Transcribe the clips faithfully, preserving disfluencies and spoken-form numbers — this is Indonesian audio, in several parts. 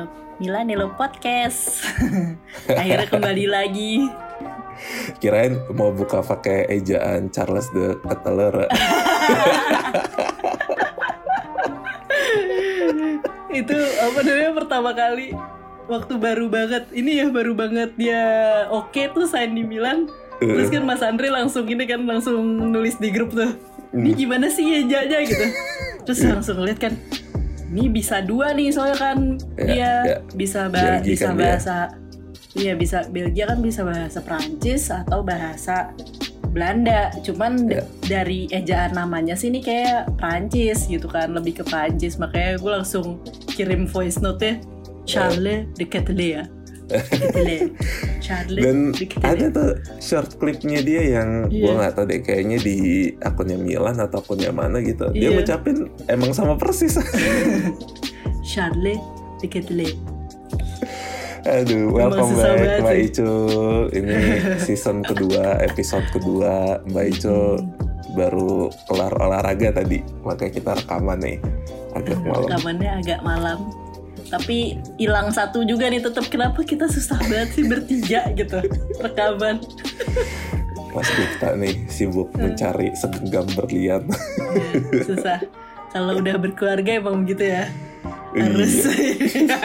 Milanello Podcast. Akhirnya kembali lagi. Kirain mau buka pakai ejaan Charles de Ketelere. Itu apa namanya pertama kali waktu baru banget. Ini ya baru banget dia oke okay tuh sign di Milan. Terus kan Mas Andre langsung ini kan langsung nulis di grup tuh. Ini gimana sih ejanya gitu. Terus langsung lihat kan. Ini bisa dua nih soalnya kan ya, dia ya. bisa ba- Belgia bisa kan bahasa iya bisa Belgia kan bisa bahasa Prancis atau bahasa Belanda. Cuman ya. d- dari ejaan namanya sih ini kayak Prancis gitu kan, lebih ke Prancis. Makanya gue langsung kirim voice note-nya Charles de Ketelere. Charles dan de Ketelere. Ada tuh short clipnya dia yang yeah. gue nggak tahu deh, kayaknya di akunnya Milan atau akunnya mana gitu. Dia yeah. ngucapin emang sama persis. Charles de Ketelere. Aduh, welcome back Mbak Icu. Ini season kedua, episode kedua. Mbak Icu hmm. baru kelar olahraga tadi, makanya kita rekaman nih agak malam. Rekamannya agak malam. Tapi hilang satu juga nih tetap. Kenapa kita susah banget sih bertiga gitu rekaman. Mas Bukta nih sibuk mencari segenggam berlian. Ya, susah. Kalau udah berkeluarga emang begitu ya. Harus. Iya.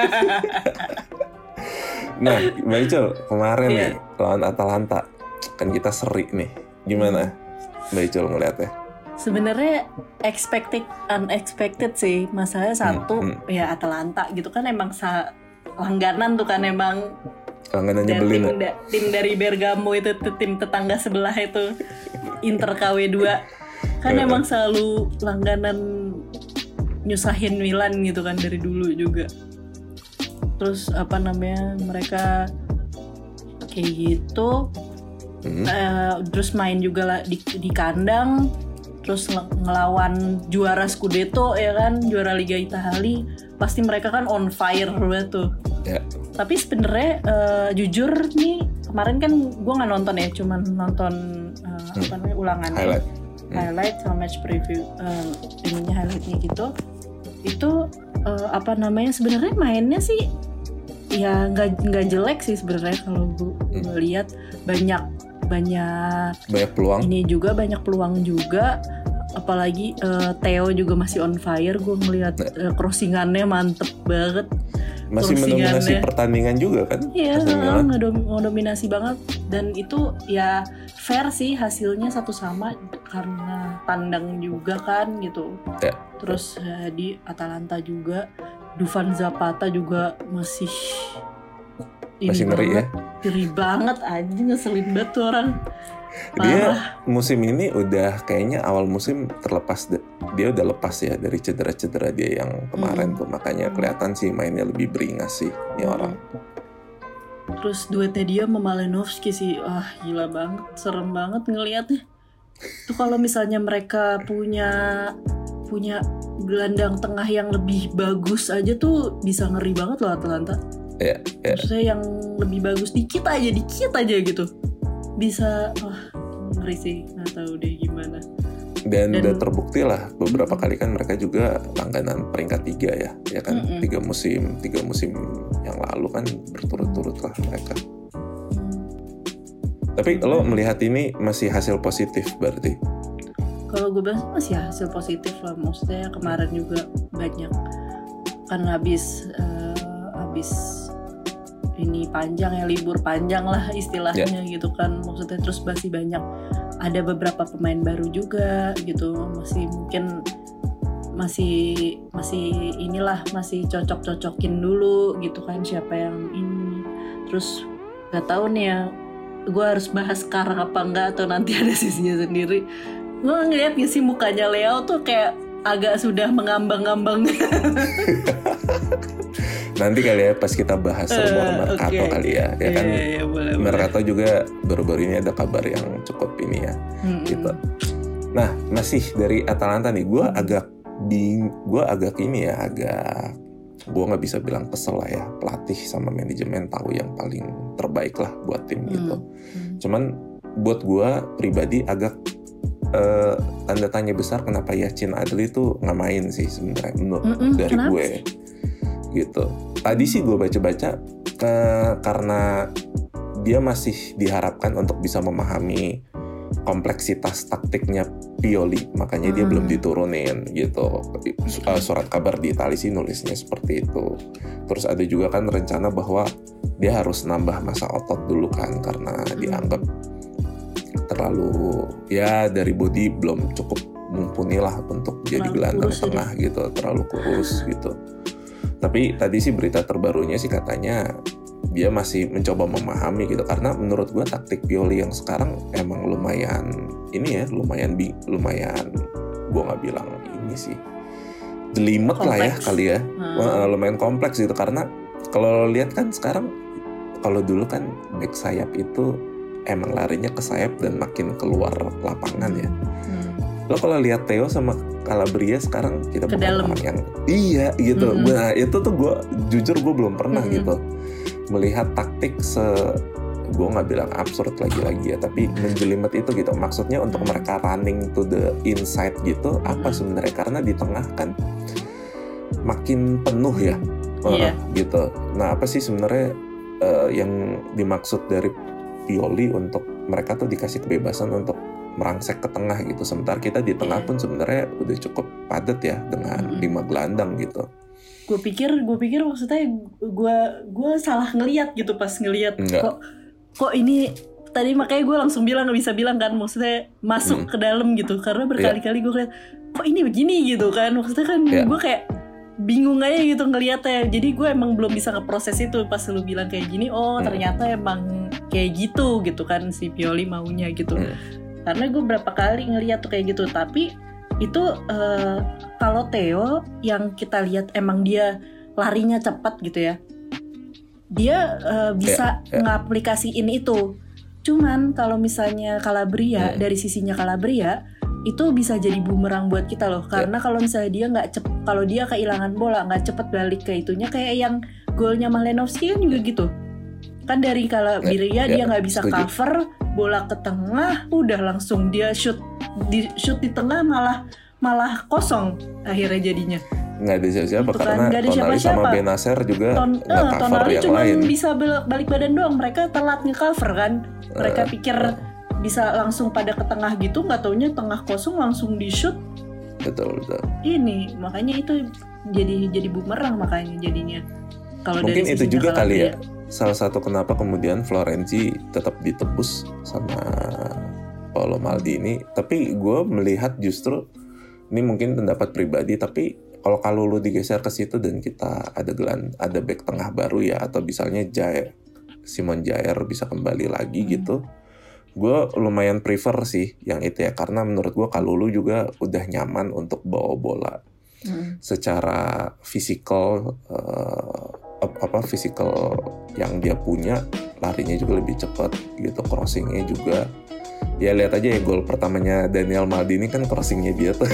Nah, Mbak Icul, kemarin yeah. nih lawan Atalanta kan kita seri nih. Gimana Mbak Icul ngeliatnya? Sebenarnya expected unexpected sih. Masalahnya satu hmm, hmm. ya Atalanta gitu kan emang sa- langganan tuh kan emang langganan nyebelin. Tim, da- tim dari Bergamo itu tim tetangga sebelah itu Inter K W dua kan emang selalu langganan nyusahin Milan gitu kan dari dulu juga. Terus apa namanya mereka kayak gitu. Hmm. Uh, terus main juga lah di, di kandang. Terus ngelawan juara Scudetto ya kan, juara Liga Italia, pasti mereka kan on fire banget tuh. Yeah. Tapi sebenarnya uh, jujur nih kemarin kan gue nggak nonton ya, cuman nonton uh, hmm. apa namanya ulangannya, highlight, hmm. highlight sama match preview, uh, ininya highlightnya gitu. Itu uh, apa namanya sebenarnya mainnya sih ya nggak nggak jelek sih sebenarnya kalau gue hmm. lihat banyak. banyak banyak peluang ini juga banyak peluang juga, apalagi uh, Theo juga masih on fire. Gue ngelihat uh, crossingannya mantep banget, masih mendominasi pertandingan juga kan. Iya, ngedominasi banget. Dan itu ya fair sih hasilnya satu sama karena tandang juga kan gitu ya. Terus uh, di Atalanta juga Dufan Zapata juga masih masih ngeri ya, ngeri banget aja, ngeselin banget tuh orang. Parah. Dia musim ini udah kayaknya awal musim terlepas, dia udah lepas ya dari cedera-cedera dia yang kemarin hmm. tuh, makanya kelihatan sih mainnya lebih beringas sih ini hmm. orang. Terus duetnya dia sama Malinovskyi sih, wah gila banget, serem banget ngelihatnya. Tuh kalau misalnya mereka punya punya gelandang tengah yang lebih bagus aja tuh bisa ngeri banget loh Atalanta. Ya, ya. Maksudnya yang lebih bagus dikit aja, dikit aja gitu bisa, wah ngeri sih, nggak tahu deh gimana. Dan, Dan udah terbukti lah beberapa mm-hmm. kali kan mereka juga langganan peringkat tiga ya, ya kan mm-hmm. tiga musim tiga musim yang lalu kan berturut-turut lah mereka. Mm. Tapi mm-hmm. lo melihat ini masih hasil positif berarti? Kalau gue bilang masih hasil positif lah, maksudnya kemarin juga banyak kan habis uh, habis ini panjang ya, libur panjang lah istilahnya yeah. gitu kan, maksudnya terus masih banyak ada beberapa pemain baru juga gitu, masih mungkin masih masih inilah masih cocok-cocokin dulu gitu kan siapa yang ini. Terus nggak tahu nih ya, gue harus bahas sekarang apa enggak atau nanti ada sisinya sendiri. Gue ngeliat gak sih mukanya Leo tuh kayak agak sudah mengambang-ngambang. Nanti kali ya pas kita bahas rumor uh, Mercato okay. kali ya, ya kan. Yeah, yeah, boleh, Mercato boleh. juga baru-baru ini ada kabar yang cukup ini ya, mm-hmm. gitu. Nah masih dari Atalanta nih, gue agak bing, gue agak ini ya, agak gue nggak bisa bilang kesel lah ya, pelatih sama manajemen tahu yang paling terbaik lah buat tim mm-hmm. gitu. Cuman buat gue pribadi agak uh, tanda tanya besar kenapa Yacine Adli tuh nggak main sih sebenarnya menurut mm-hmm. dari kenapa? gue. gitu. Tadi sih gue baca-baca uh, karena dia masih diharapkan untuk bisa memahami kompleksitas taktiknya Pioli, makanya hmm. dia belum diturunin gitu. Uh, surat kabar di Italia sih nulisnya seperti itu. Terus ada juga kan rencana bahwa dia harus nambah masa otot dulu kan, karena dianggap terlalu ya dari body belum cukup mumpuni lah untuk jadi gelandang tengah ya. Gitu, terlalu kurus gitu. Tapi tadi sih berita terbarunya sih katanya dia masih mencoba memahami gitu, karena menurut gue taktik Pioli yang sekarang emang lumayan ini ya, lumayan bi, lumayan gue nggak bilang ini sih jelimet lah ya kali ya, hmm. lumayan kompleks gitu. Karena kalau lihat kan sekarang, kalau dulu kan back sayap itu emang larinya ke sayap dan makin keluar lapangan ya. Hmm. Lo kalau lihat Theo sama Calabria sekarang kita bukan orang yang iya gitu. Mm-hmm. Nah itu tuh gue jujur gue belum pernah mm-hmm. gitu melihat taktik se gue nggak bilang absurd lagi-lagi ya, tapi menjelimet itu gitu. Maksudnya untuk mereka running to the inside gitu mm-hmm. apa sebenarnya, karena di tengah kan makin penuh ya yeah. uh, gitu. Nah apa sih sebenarnya uh, yang dimaksud dari Pioli untuk mereka tuh dikasih kebebasan untuk merangsek ke tengah gitu, sementara kita di tengah yeah. pun sebenarnya udah cukup padat ya dengan mm-hmm. lima gelandang gitu. Gue pikir, gue pikir maksudnya gue gue salah ngelihat gitu pas ngelihat kok kok ini tadi, makanya gue langsung bilang nggak bisa bilang kan, maksudnya masuk mm. ke dalam gitu, karena berkali-kali gue lihat kok ini begini gitu kan, maksudnya kan yeah. gue kayak bingung aja gitu ngelihatnya. Jadi gue emang belum bisa ngeproses itu pas lu bilang kayak gini. Oh mm. ternyata emang kayak gitu gitu kan si Pioli maunya gitu. Mm. Karena gue berapa kali ngeliat tuh kayak gitu. Tapi itu uh, kalau Theo yang kita lihat emang dia larinya cepat gitu ya, dia uh, bisa yeah, yeah. ngaplikasiin itu. Cuman kalau misalnya Calabria, hmm. dari sisinya Calabria itu bisa jadi bumerang buat kita loh. Karena yeah. kalau misalnya dia nggak cepet, kalau dia kehilangan bola nggak cepet balik ke itunya, kayak yang golnya Malinovskyi kan juga gitu. Kan dari Calabria yeah, dia nggak yeah, bisa setuju. Cover bola ke tengah, udah langsung dia shoot di shoot di tengah malah malah kosong akhirnya jadinya. Nggak ada siapa-siapa kan, karena Tonali sama Benacer juga Ton, nggak uh, cover Tonali yang cuma lain. Bisa balik badan doang, mereka telat nge-cover kan. Mereka uh, pikir uh. bisa langsung pada ke tengah gitu, nggak taunya tengah kosong langsung di shoot. Betul betul. Ini makanya itu jadi jadi bumerang makanya jadinya. Kalau mungkin dari itu juga kali ya. ya. Salah satu kenapa kemudian Florenzi tetap ditebus sama Paolo Maldini. Tapi gue melihat justru, ini mungkin pendapat pribadi, tapi kalau Kalulu digeser ke situ dan kita ada gelan, ada back tengah baru ya, atau misalnya Jair, Simon Jair bisa kembali lagi hmm. gitu, gue lumayan prefer sih yang itu ya, karena menurut gue Kalulu juga udah nyaman untuk bawa bola. Hmm. Secara fisikal uh, apa fisikal yang dia punya, larinya juga lebih cepat gitu, crossingnya juga ya lihat aja ya gol pertamanya Daniel Maldini kan crossingnya dia tuh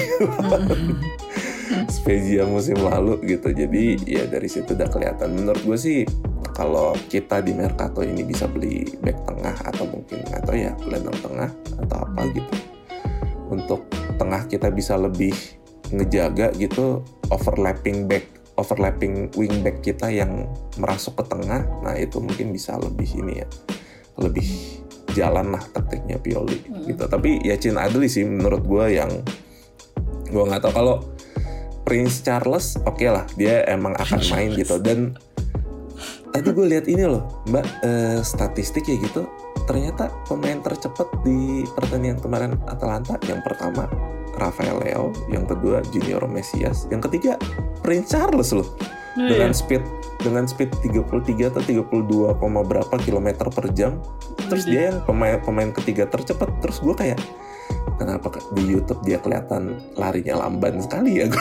Spezia musim lalu gitu. Jadi ya dari situ udah kelihatan. Menurut gue sih kalau kita di Mercato ini bisa beli back tengah atau mungkin atau ya gelandang tengah atau apa gitu, untuk tengah kita bisa lebih ngejaga gitu overlapping back overlapping wingback kita yang merasuk ke tengah. Nah itu mungkin bisa lebih ini ya, lebih jalan lah taktiknya Pioli hmm. gitu. Tapi ya Cin Adli sih menurut gue yang gue nggak tahu, kalau Prince Charles oke okay lah, dia emang akan main gitu. Dan tadi gue lihat ini loh Mbak, eh, statistik ya gitu, ternyata pemain tercepat di pertandingan kemarin Atalanta, yang pertama Rafael Leao, yang kedua Junior Mesias, yang ketiga Prince Charles loh. Oh, dengan iya. speed dengan speed tiga puluh tiga atau tiga puluh dua, berapa kilometer per jam. Terus dia yang pemain pemain ketiga tercepat. Terus gue kayak, kenapa di YouTube dia kelihatan larinya lamban sekali ya?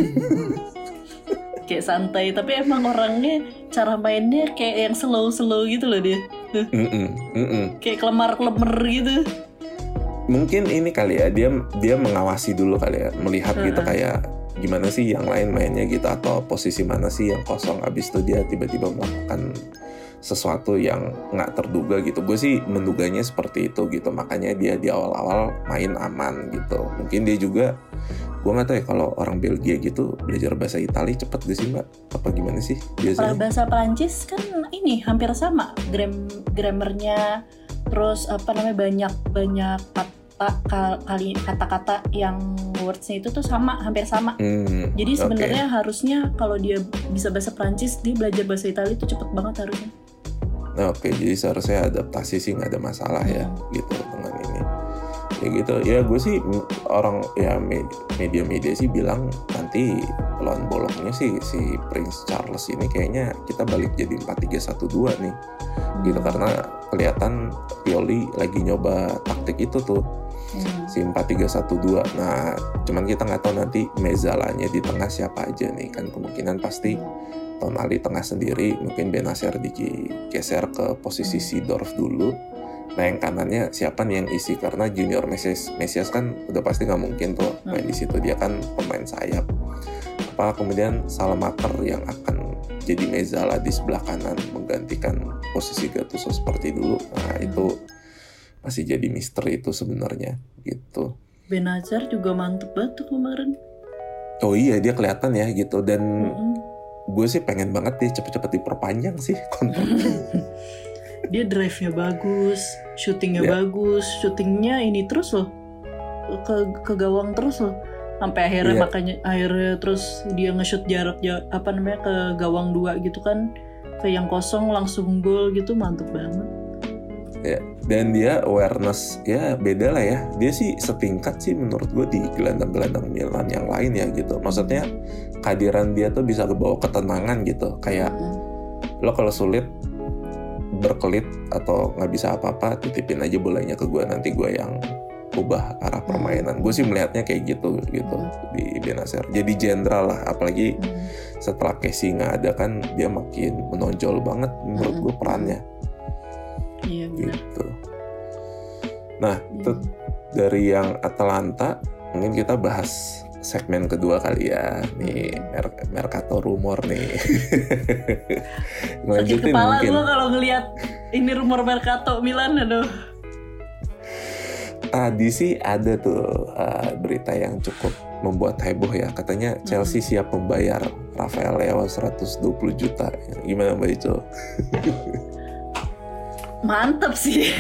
Kayak santai, tapi emang orangnya cara mainnya kayak yang slow-slow gitu loh dia. Mm-mm, mm-mm. Kayak kelemar-kelemar gitu. Mungkin ini kali ya, dia dia mengawasi dulu kali ya, melihat uh-huh. gitu kayak gimana sih yang lain mainnya gitu, atau posisi mana sih yang kosong, abis itu dia tiba-tiba melakukan sesuatu yang nggak terduga gitu. Gue sih menduganya seperti itu gitu, makanya dia di awal-awal main aman gitu. Mungkin dia juga, gue nggak tahu ya kalau orang Belgia gitu belajar bahasa Itali cepet gak sih mbak? Apa gimana sih biasanya? Bahasa Perancis kan ini hampir sama, gram grammarnya, terus apa namanya banyak banyak kata kali kata-kata yang wordsnya itu tuh sama, hampir sama. Hmm, Jadi sebenarnya okay. harusnya kalau dia bisa bahasa Perancis, dia belajar bahasa Itali itu cepet banget harusnya. Oke, okay, jadi seharusnya adaptasi sih nggak ada masalah hmm. ya, gitu dengan ini. Ya gitu, ya gue sih orang ya media-media sih bilang nanti lawan bolongnya sih si Prince Charles ini kayaknya kita balik jadi empat tiga satu dua nih, hmm. gitu karena kelihatan Pioli lagi nyoba taktik itu tuh. Hmm. Si empat tiga satu dua. Nah, cuman kita nggak tahu nanti Mezzalanya di tengah siapa aja nih, kan kemungkinan pasti Tonali tengah sendiri, mungkin Benacer digeser ke posisi Seedorf dulu. Nah, yang kanannya siapa nih yang isi, karena Junior Mesias Mesias kan udah pasti nggak mungkin tuh main di situ, dia kan pemain sayap. Apa kemudian Salamaker yang akan jadi Mezzala di sebelah kanan menggantikan posisi Gattuso seperti dulu. Nah, itu masih jadi misteri itu sebenarnya gitu. Benacer juga mantep banget tuh kemarin. Oh iya, dia kelihatan ya gitu, dan mm-hmm. gue sih pengen banget dia cepet-cepet diperpanjang sih kontraknya. Dia drive-nya bagus, shooting-nya yeah. bagus, shooting-nya ini terus loh ke ke gawang terus loh, sampai akhirnya yeah. makanya akhirnya terus dia nge-shoot jarak jarak apa namanya ke gawang dua gitu kan, ke yang kosong langsung gol gitu, mantep banget. Ya, dan dia awareness ya beda lah ya. Dia sih setingkat sih menurut gue di gelandang-gelandang Milan yang lain ya gitu. Maksudnya kehadiran dia tuh bisa kebawa ketenangan gitu. Kayak mm. lo kalau sulit berkelit atau nggak bisa apa-apa, titipin aja bolanya ke gue, nanti gue yang ubah arah permainan. Gue sih melihatnya kayak gitu gitu mm. di Benacer. Jadi jenderal lah, apalagi mm. setelah Casey nggak ada kan dia makin menonjol banget menurut mm. gue perannya. Iya benar. Gitu. Nah, itu hmm. dari yang Atalanta mungkin kita bahas segmen kedua kali ya. Nih Mer- Mercato rumor nih. Sakit kepala gue kalau ngelihat ini rumor Mercato Milan, aduh. Tadi sih ada tuh uh, berita yang cukup membuat heboh ya. Katanya Chelsea hmm. siap membayar Rafael Leao seratus dua puluh juta. Gimana Mbak Ico? Mantap sih.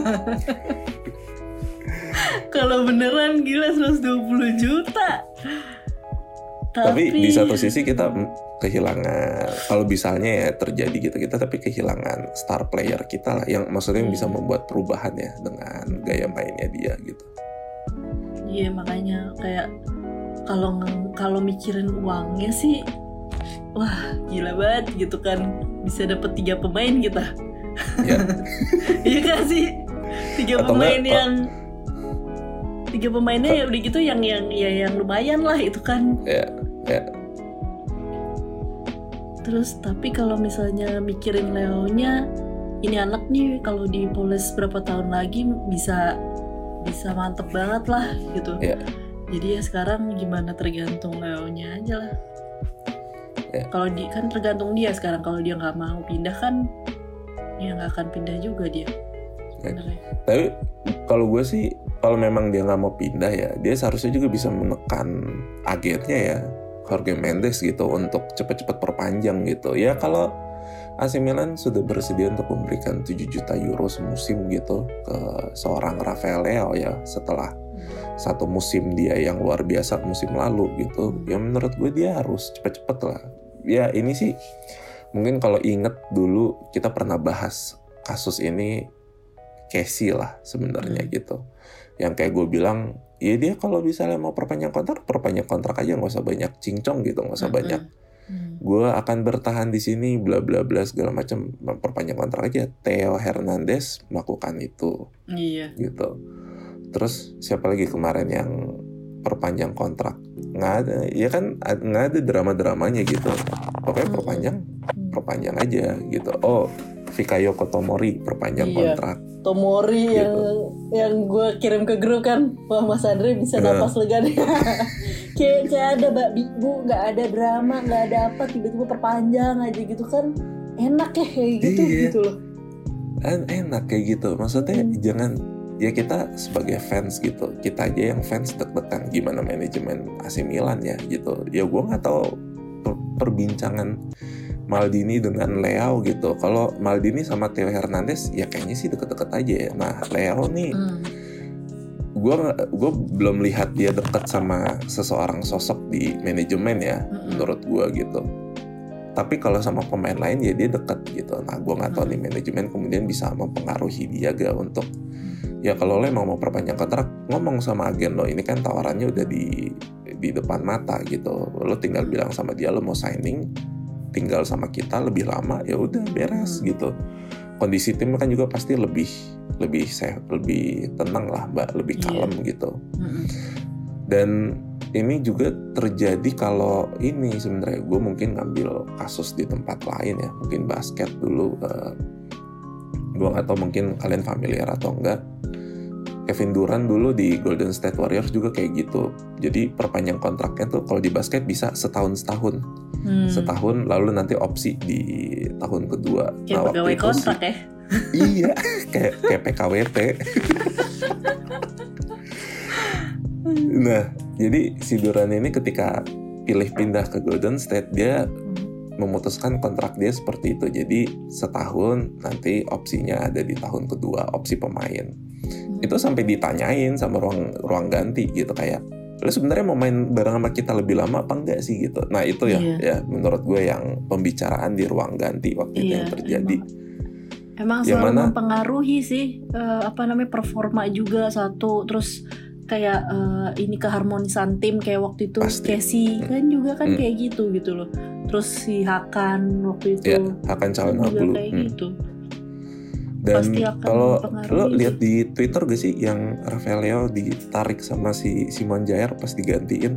Kalau beneran gila seratus dua puluh juta. Tapi, tapi di satu sisi kita kehilangan, kalau misalnya ya terjadi gitu kita, tapi kehilangan star player kita lah, yang maksudnya hmm. bisa membuat perubahan ya dengan gaya mainnya dia gitu. Iya, makanya kayak kalau kalau mikirin uangnya sih, wah gila banget gitu kan, bisa dapet tiga pemain kita. Ya. Iya kan sih, tiga atau pemain enggak, yang tiga pemainnya ya udah gitu yang yang ya yang lumayan lah itu kan. Ya, ya. Terus tapi kalau misalnya mikirin Leo-nya, ini anak nih kalau dipoles berapa tahun lagi bisa bisa mantep banget lah gitu. Ya. Jadi ya sekarang gimana tergantung Leo-nya aja lah. Ya. Kalau di kan tergantung dia sekarang, kalau dia nggak mau pindah kan ya nggak akan pindah juga dia. Ya. Tapi kalau gue sih, kalau memang dia nggak mau pindah ya, dia seharusnya juga bisa menekan agennya ya, Jorge Mendes gitu, untuk cepat-cepat perpanjang gitu. Ya kalau A C Milan sudah bersedia untuk memberikan tujuh juta euro semusim gitu ke seorang Rafael Leao ya, setelah satu musim dia yang luar biasa musim lalu gitu, ya menurut gue dia harus cepat-cepat lah. Ya ini sih mungkin kalau inget dulu kita pernah bahas kasus ini Casey lah sebenarnya gitu. Yang kayak gue bilang, ya dia kalau misalnya mau perpanjang kontrak, perpanjang kontrak aja, nggak usah banyak cincong gitu, nggak usah mm-hmm. banyak. Mm. Gue akan bertahan di sini, bla bla bla segala macam, perpanjang kontrak aja. Theo Hernandez melakukan itu, iya. gitu. Terus siapa lagi kemarin yang perpanjang kontrak? Nggak ada, ya kan nggak ada drama-dramanya gitu. Pokoknya perpanjang, mm. perpanjang aja gitu. Oh, Fikayo Tomori perpanjang iya. kontrak. Tomori gitu. yang yang gue kirim ke grup kan, wah Mas Andre bisa nah. napas lega deh. kayak kayak ada mbak bu, nggak ada drama, nggak ada apa, tiba-tiba perpanjang aja gitu kan, enak ya kayak gitu iya. gitu loh. En- enak kayak gitu. Maksudnya hmm. jangan, ya kita sebagai fans gitu, kita aja yang fans deg-degan gimana manajemen A C Milan ya gitu. Ya gue nggak tahu per- perbincangan Maldini dengan Leao gitu. Kalau Maldini sama Theo Hernandez ya kayaknya sih deket-deket aja ya. Nah Leao nih, gue hmm. gue belum lihat dia deket sama seseorang sosok di manajemen ya, hmm. menurut gue gitu. Tapi kalau sama pemain lain ya dia deket gitu. Nah gue nggak tahu nih manajemen kemudian bisa mempengaruhi dia gak untuk ya kalau lo emang mau perpanjang kontrak, ngomong sama agen lo, ini kan tawarannya udah di di depan mata gitu. Lo tinggal bilang sama dia lo mau signing, tinggal sama kita lebih lama, ya udah beres gitu. Kondisi tim kan juga pasti lebih lebih safe, lebih tenang lah, Mbak, lebih kalem yeah. gitu. Mm-hmm. Dan ini juga terjadi kalau ini sebenarnya gue mungkin ngambil kasus di tempat lain ya, mungkin basket dulu. Uh, gue nggak tahu mungkin kalian familiar atau enggak. Kevin Durant dulu di Golden State Warriors juga kayak gitu. Jadi perpanjang kontraknya tuh kalau di basket bisa setahun setahun, hmm. setahun lalu nanti opsi di tahun kedua. Kayak nah, pegawai kontrak sih, ya? Iya, kayak kayak P K W T. Nah, jadi si Durant ini ketika pilih pindah ke Golden State, dia memutuskan kontrak dia seperti itu. Jadi setahun, nanti opsinya ada di tahun kedua, opsi pemain. Itu sampai ditanyain sama ruang ruang ganti gitu, kayak lu sebenarnya mau main bareng sama kita lebih lama apa enggak sih gitu. Nah itu ya iya. ya menurut gue yang pembicaraan di ruang ganti waktu iya, itu yang terjadi. Emang, emang selalu mana, mempengaruhi sih uh, apa namanya performa juga satu, terus kayak uh, ini keharmonisan tim kayak waktu itu Casey hmm. kan juga kan hmm. kayak gitu gitu loh. Terus si Hakan waktu itu ya, Hakan Calhanoglu kayak hmm. gitu. Dan kalau lo lihat di Twitter gak sih yang Rafael Leao ditarik sama si Simon Jair pas digantiin?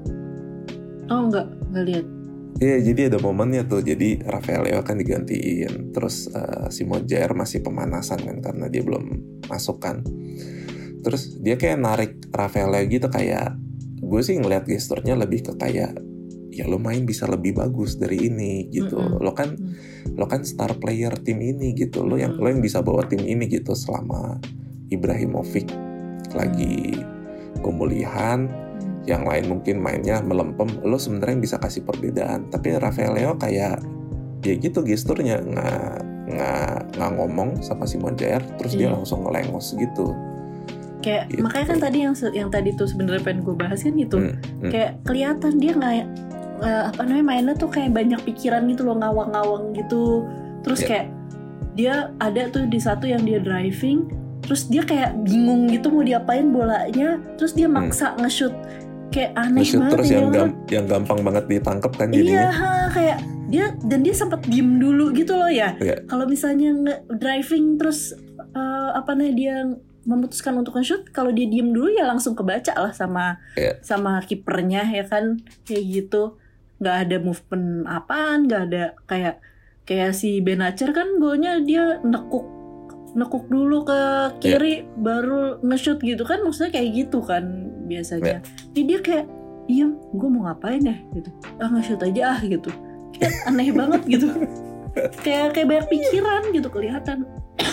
Oh enggak, enggak lihat. Iya, jadi ada momennya tuh. Jadi Rafael Leao kan digantiin, terus uh, Simon Jair masih pemanasan kan karena dia belum masuk kan. Terus dia kayak narik Rafael Leao gitu, kayak gue sih ngeliat gesturnya lebih ke kayak ya lo main bisa lebih bagus dari ini gitu. Mm-hmm. Lo kan mm-hmm. lo kan star player tim ini gitu. Lo yang mm-hmm. lo yang bisa bawa tim ini gitu selama Ibrahimovic lagi pemulihan, mm-hmm. yang lain mungkin mainnya melempem. Lo sebenarnya bisa kasih perbedaan. Tapi Rafael Leao kayak ya gitu gesturnya, nggak nggak nggak ngomong sama Simon Jair, terus yeah. dia langsung ngelengos gitu. Kayak gitu. Makanya kan tadi yang yang tadi tuh sebenarnya pengen gue bahas kan gitu. Hmm, hmm. Kayak kelihatan dia nggak uh, apa namanya mainnya tuh kayak banyak pikiran gitu loh, ngawang-ngawang gitu. Terus yeah. kayak dia ada tuh di satu yang dia driving, terus dia kayak bingung gitu mau diapain bolanya, terus dia maksa hmm. nge-shoot. Kayak aneh nge-shoot banget terus ya, yang, gam- yang gampang banget ditangkap kan jadinya. Iya, kayak dia dan dia sempat diem dulu gitu loh ya. Yeah. Kalau misalnya nge-driving terus uh, apa namanya dia memutuskan untuk nge-shoot, kalau dia diem dulu ya langsung kebaca lah sama yeah. sama kipernya ya kan, kayak gitu. Nggak ada movement apaan, nggak ada kayak kayak si Benacer kan golnya dia nekuk nekuk dulu ke kiri yeah. baru nge-shoot gitu kan, maksudnya kayak gitu kan biasanya. Yeah. Jadi dia kayak diem, gue mau ngapain ya gitu, ah nge-shoot aja ah gitu, kayak aneh banget gitu, kayak kayak banyak pikiran gitu kelihatan.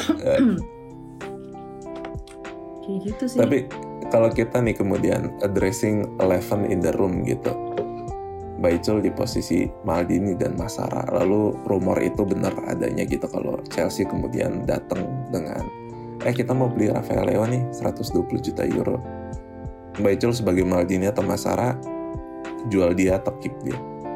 Kayak gitu sih. Tapi kalau kita nih kemudian addressing eleven in the room gitu, Baitul di posisi Maldini dan Masara, lalu rumor itu benar adanya gitu kalau Chelsea kemudian datang dengan eh kita mau beli Rafael Leao nih seratus dua puluh juta euro. Baitul sebagai Maldini atau Masara, jual dia atau keep dia?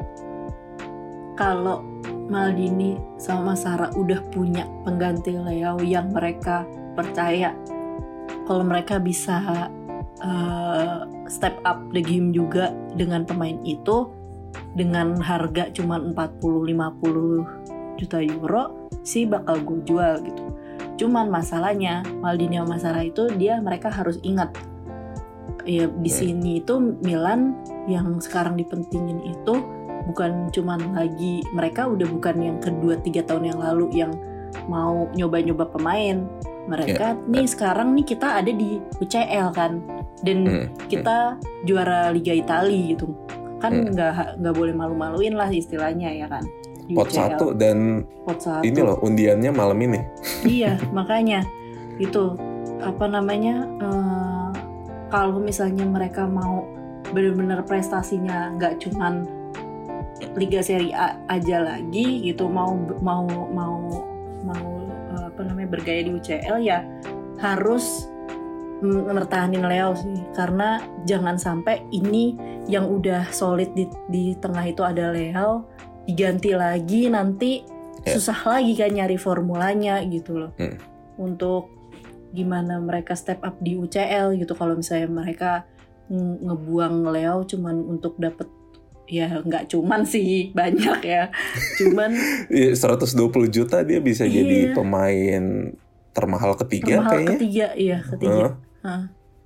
Kalau Maldini sama Masara udah punya pengganti Leao yang mereka percaya, kalau mereka bisa uh, step up the game juga dengan pemain itu dengan harga cuma empat puluh sampai lima puluh juta euro sih bakal gue jual gitu. Cuman masalahnya Maldini sama Masara itu dia mereka harus ingat ya di sini itu Milan yang sekarang dipentingin itu bukan cuman lagi, mereka udah bukan yang kedua tiga tahun yang lalu yang mau nyoba-nyoba pemain. Mereka yeah. nih sekarang nih kita ada di U C L kan, dan mm. kita mm. juara Liga Italia gitu kan, nggak mm. nggak boleh malu-maluin lah istilahnya ya kan. di pot U C L. satu dan pot satu. Ini loh undiannya malam ini. Iya, makanya itu apa namanya? Uh, kalau misalnya mereka mau benar-benar prestasinya nggak cuman Liga Serie A aja lagi gitu, mau mau mau mau uh, apa namanya bergaya di U C L ya harus mertahanin Leo sih, karena jangan sampai ini yang udah solid di, di tengah itu ada Leo diganti lagi nanti yeah. susah lagi kan nyari formulanya gitu loh. Hmm. Untuk gimana mereka step up di U C L gitu, kalau misalnya mereka nge- ngebuang Leo cuman untuk dapet, ya nggak cuman sih, banyak ya, cuman seratus dua puluh juta dia bisa iya. jadi pemain termahal ketiga termahal kayaknya. ketiga, iya ketiga. Uh. Huh.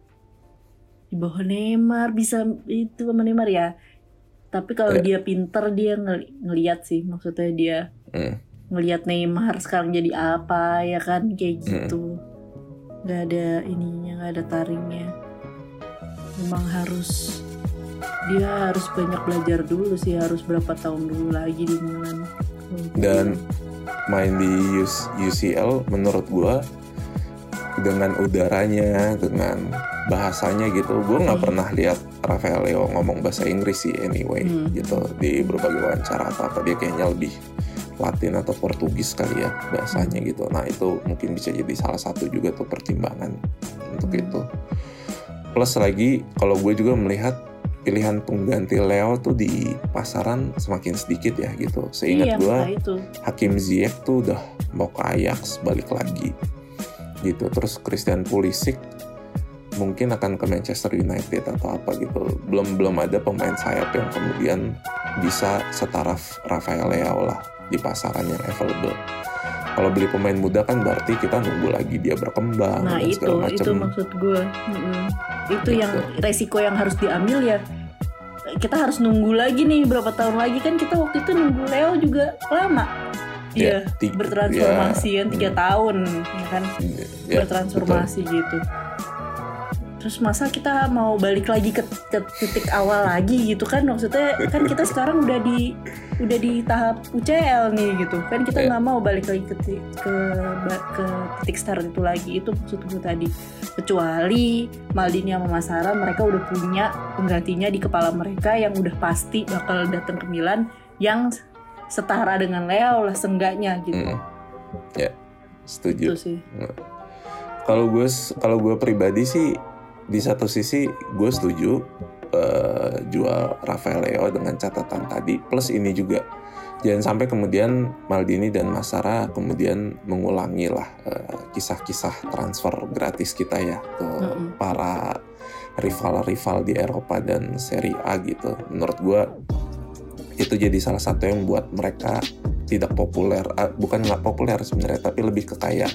Di bawah Neymar, bisa itu sama Neymar ya. Tapi kalau yeah. dia pinter, dia ngel- ngelihat sih, maksudnya dia mm. ngelihat Neymar sekarang jadi apa ya kan, kayak gitu. Mm. Gak ada ininya, gak ada taringnya. Memang harus, dia harus banyak belajar dulu sih, harus berapa tahun dulu lagi di Milan. Dan main di U C L menurut gue dengan udaranya, dengan bahasanya gitu, gue nggak hmm. pernah lihat Rafael Leo ngomong bahasa Inggris sih anyway hmm. gitu di berbagai wawancara atau apa, dia kayaknya lebih Latin atau Portugis kali ya bahasanya hmm. gitu. Nah itu mungkin bisa jadi salah satu juga tuh pertimbangan untuk hmm. itu. Plus lagi kalau gue juga melihat pilihan pengganti Leo tuh di pasaran semakin sedikit ya gitu. Seingat iya, gue Hakim Ziyech tuh udah mau ke Ajax balik lagi gitu. Terus Christian Pulisic mungkin akan ke Manchester United atau apa gitu. Belum belum ada pemain sayap yang kemudian bisa setaraf Rafael Leo lah di pasaran yang available. Kalau beli pemain muda kan berarti kita nunggu lagi dia berkembang nah, dan segala macam. Nah itu itu maksud gue. Mm-hmm. Itu gitu. Yang resiko yang harus diambil ya. Kita harus nunggu lagi nih berapa tahun lagi, kan kita waktu itu nunggu Leo juga lama. Dia ya, tiga, bertransformasi ya, kan tiga hmm. tahun ya kan ya, bertransformasi betul. Gitu. Terus masa kita mau balik lagi ke, ke titik awal lagi gitu kan, maksudnya kan kita sekarang udah di udah di tahap U C L nih gitu kan, kita nggak ya. mau balik lagi ke, ke ke titik start itu lagi, itu maksud gue tadi. Kecuali Maldini sama Masara mereka udah punya penggantinya di kepala mereka yang udah pasti bakal datang ke Milan yang setara dengan Leo lah seenggaknya gitu. Hmm. Ya, setuju. Sih. Kalau gue kalau gue pribadi sih di satu sisi gue setuju uh, jual Rafael Leo dengan catatan tadi, plus ini juga jangan sampai kemudian Maldini dan Masara kemudian mengulangi lah uh, kisah-kisah transfer gratis kita ya ke mm-hmm. para rival-rival di Eropa dan Serie A gitu. Menurut gue itu jadi salah satu yang buat mereka tidak populer, uh, bukan nggak populer sebenarnya, tapi lebih ke kayak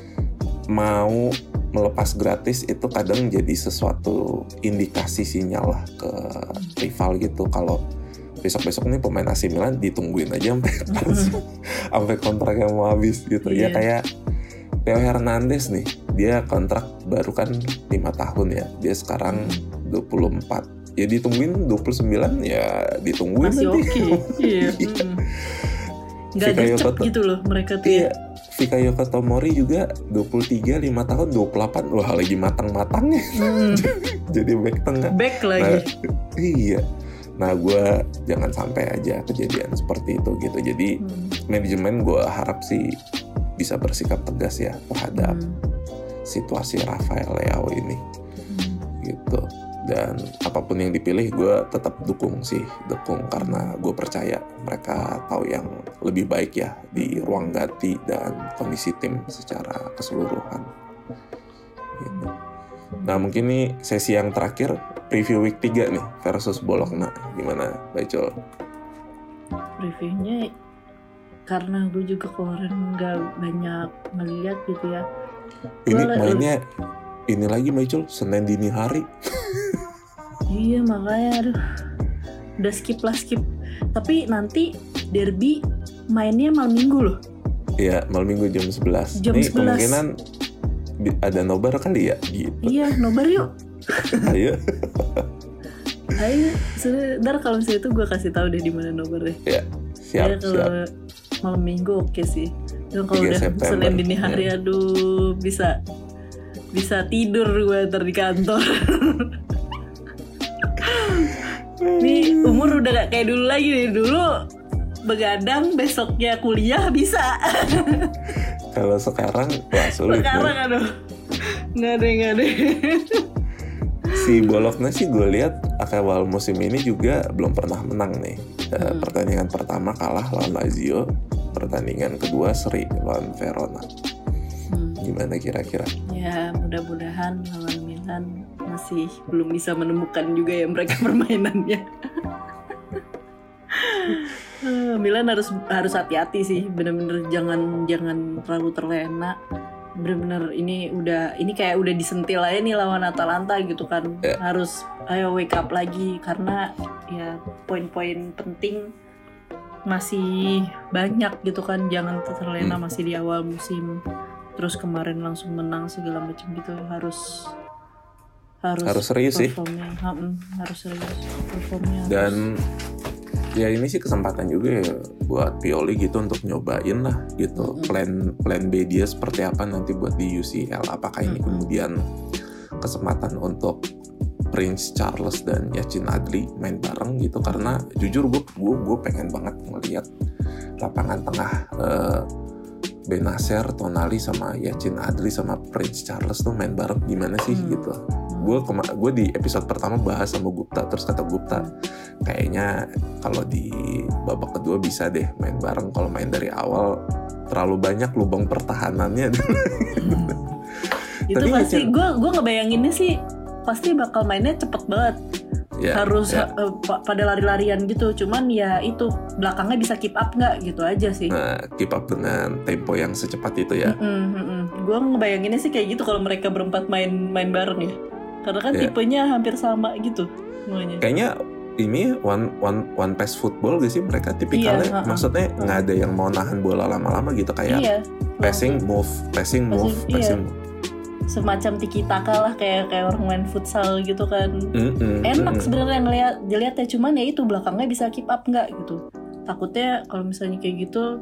mau melepas gratis itu kadang jadi sesuatu indikasi sinyal lah ke rival gitu, kalau besok-besok nih pemain A C Milan ditungguin aja sampai sampai kontraknya mau habis gitu. Yeah. Ya kayak Theo Hernandez nih, dia kontrak baru kan lima tahun ya, dia sekarang dua puluh empat. Ya ditungguin dua puluh sembilan ya ditungguin masih nanti. Oke. Iya. Enggak gercep gitu loh mereka tuh. Iya. Fikayo Tomori juga dua puluh tiga, lima tahun, dua puluh delapan. Wah, lagi matang-matangnya. Hmm. Jadi back tengah. Back lagi. Nah, iya. Nah, gue jangan sampai aja kejadian seperti itu gitu. Jadi hmm. manajemen gue harap sih bisa bersikap tegas ya terhadap hmm. situasi Rafael Leo ini. Hmm. Gitu. Dan apapun yang dipilih gue tetap dukung sih, dukung karena gue percaya mereka tahu yang lebih baik ya di ruang ganti dan kondisi tim secara keseluruhan. Gitu. Nah mungkin nih sesi yang terakhir, preview week tiga nih versus Bologna, gimana Baicol? Previewnya karena gue juga kemarin gak banyak melihat gitu ya. Ini gua mainnya l- ini lagi Baicol, Senin dini hari. Iya makanya aduh, udah skip lah skip. Tapi nanti derby mainnya malam minggu loh. Iya malam minggu jam sebelas. Jam Nih sebelas. Kemungkinan ada nobar kali ya gitu. Iya nobar yuk. Ayo. Ayo, sebentar kalau misalnya itu gue kasih tahu deh di mana nobar deh. Ya siap, kalau siap. malam minggu oke sih. Cuma kalau tiga udah September. Senin dini hari, Ya. aduh bisa bisa tidur gue ntar di kantor. Nih umur udah gak kayak dulu lagi nih. Dulu begadang besoknya kuliah bisa. Kalau sekarang wah sulit. Sekarang nih. aduh nggak ada nggak ada. Si Bologna sih gue lihat awal musim ini juga belum pernah menang nih. Hmm. Pertandingan pertama kalah lawan Lazio, pertandingan kedua seri lawan Verona. Hmm. Gimana kira-kira? Ya mudah-mudahan lawan Milan masih belum bisa menemukan juga ya mereka permainannya. Milan harus harus hati-hati sih, bener-bener jangan jangan terlalu terlena. Bener-bener ini udah ini kayak udah disentil aja nih lawan Atalanta gitu kan. Yeah. Harus ayo wake up lagi karena ya poin-poin penting masih banyak gitu kan. Jangan terlena, hmm. masih di awal musim. Terus kemarin langsung menang segala macam gitu. Harus harus harus serius sih. Hmm, harus serius performnya. Dan ya ini sih kesempatan juga ya buat Pioli gitu untuk nyobain lah gitu mm-hmm. plan plan B dia seperti apa nanti buat di U C L. Apakah ini mm-hmm. kemudian kesempatan untuk Prince Charles dan Yacine Adli main bareng gitu, karena jujur gue gue gue pengen banget ngelihat lapangan tengah uh, Benacer, Tonali sama Yacine Adli sama Prince Charles tuh main bareng gimana sih mm-hmm. gitu. Gue kema- gue di episode pertama bahas sama Gupta, terus kata Gupta kayaknya kalau di babak kedua bisa deh main bareng, kalau main dari awal terlalu banyak lubang pertahanannya. Hmm. Itu tapi pasti gue gue ngebayanginnya sih pasti bakal mainnya cepet banget. Yeah, harus yeah. Uh, pada lari-larian gitu, cuman ya itu belakangnya bisa keep up nggak gitu aja sih. Nah, keep up dengan tempo yang secepat itu ya. Gue ngebayanginnya sih kayak gitu kalau mereka berempat main main bareng ya, karena kan yeah. tipenya hampir sama gitu semuanya. Kayaknya ini one one one pass football gak sih mereka tipikalnya, yeah, maksudnya nggak uh-uh. ada yang mau nahan bola lama-lama gitu kayak yeah. passing move, passing move, passing, passing iya. move. Semacam tiki taka lah kayak kayak orang main futsal gitu kan. Mm-mm, enak mm-mm. sebenarnya ngeliat dilihatnya, cuman ya itu belakangnya bisa keep up nggak gitu. Takutnya kalau misalnya kayak gitu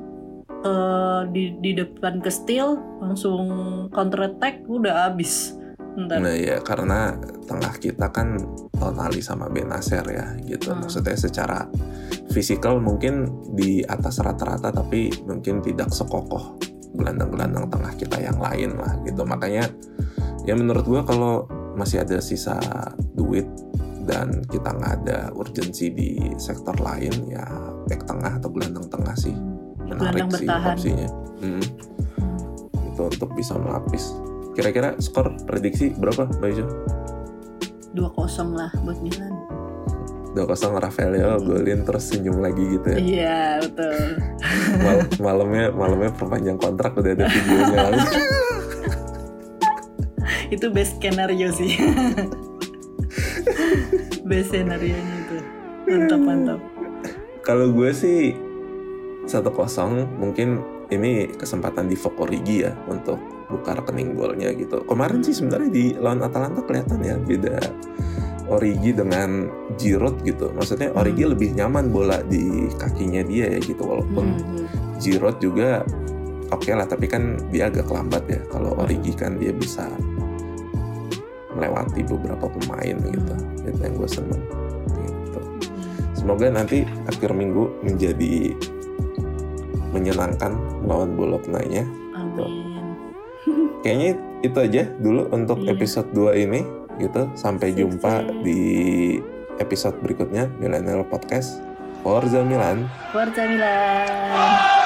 uh, di di depan ke steal langsung counter attack udah abis. Ntar. Nah ya karena tengah kita kan Tonali sama Benacer ya gitu. Hmm. Maksudnya secara fisikal mungkin di atas rata-rata tapi mungkin tidak sekokoh gelandang-gelandang tengah kita yang lain lah gitu. Makanya ya menurut gue kalau masih ada sisa duit dan kita nggak ada urgensi di sektor lain ya back tengah atau gelandang tengah sih menarik sih opsinya. Hmm. Itu untuk bisa melapis. Kira-kira skor prediksi berapa Mbak Ijo? dua kosong lah buat Milan. dua kosong Rafael hmm. golin terus senyum lagi gitu ya. Iya, betul. Mal- malamnya malamnya perpanjang kontrak udah ada videonya lalu. Itu best skenario sih. Best skenarionya itu. Mantap-mantap. Kalau gue sih satu kosong, mungkin ini kesempatan di Divock Origi ya untuk buka rekening golnya gitu. Kemarin sih sebenarnya di lawan Atalanta kelihatan ya beda Origi dengan Giroud gitu. Maksudnya Origi hmm. lebih nyaman bola di kakinya dia ya gitu, walaupun hmm. Giroud juga oke okay lah, tapi kan dia agak lambat ya. Kalau Origi kan dia bisa melewati beberapa pemain gitu. Itu yang gue seneng gitu. Semoga nanti akhir minggu menjadi menyenangkan lawan Bologna-nya. Amin. Kayaknya itu aja dulu untuk yeah. episode dua ini gitu. Sampai Sip, jumpa sip. di episode berikutnya Millennial Podcast. Forza Milan. Forza Milan.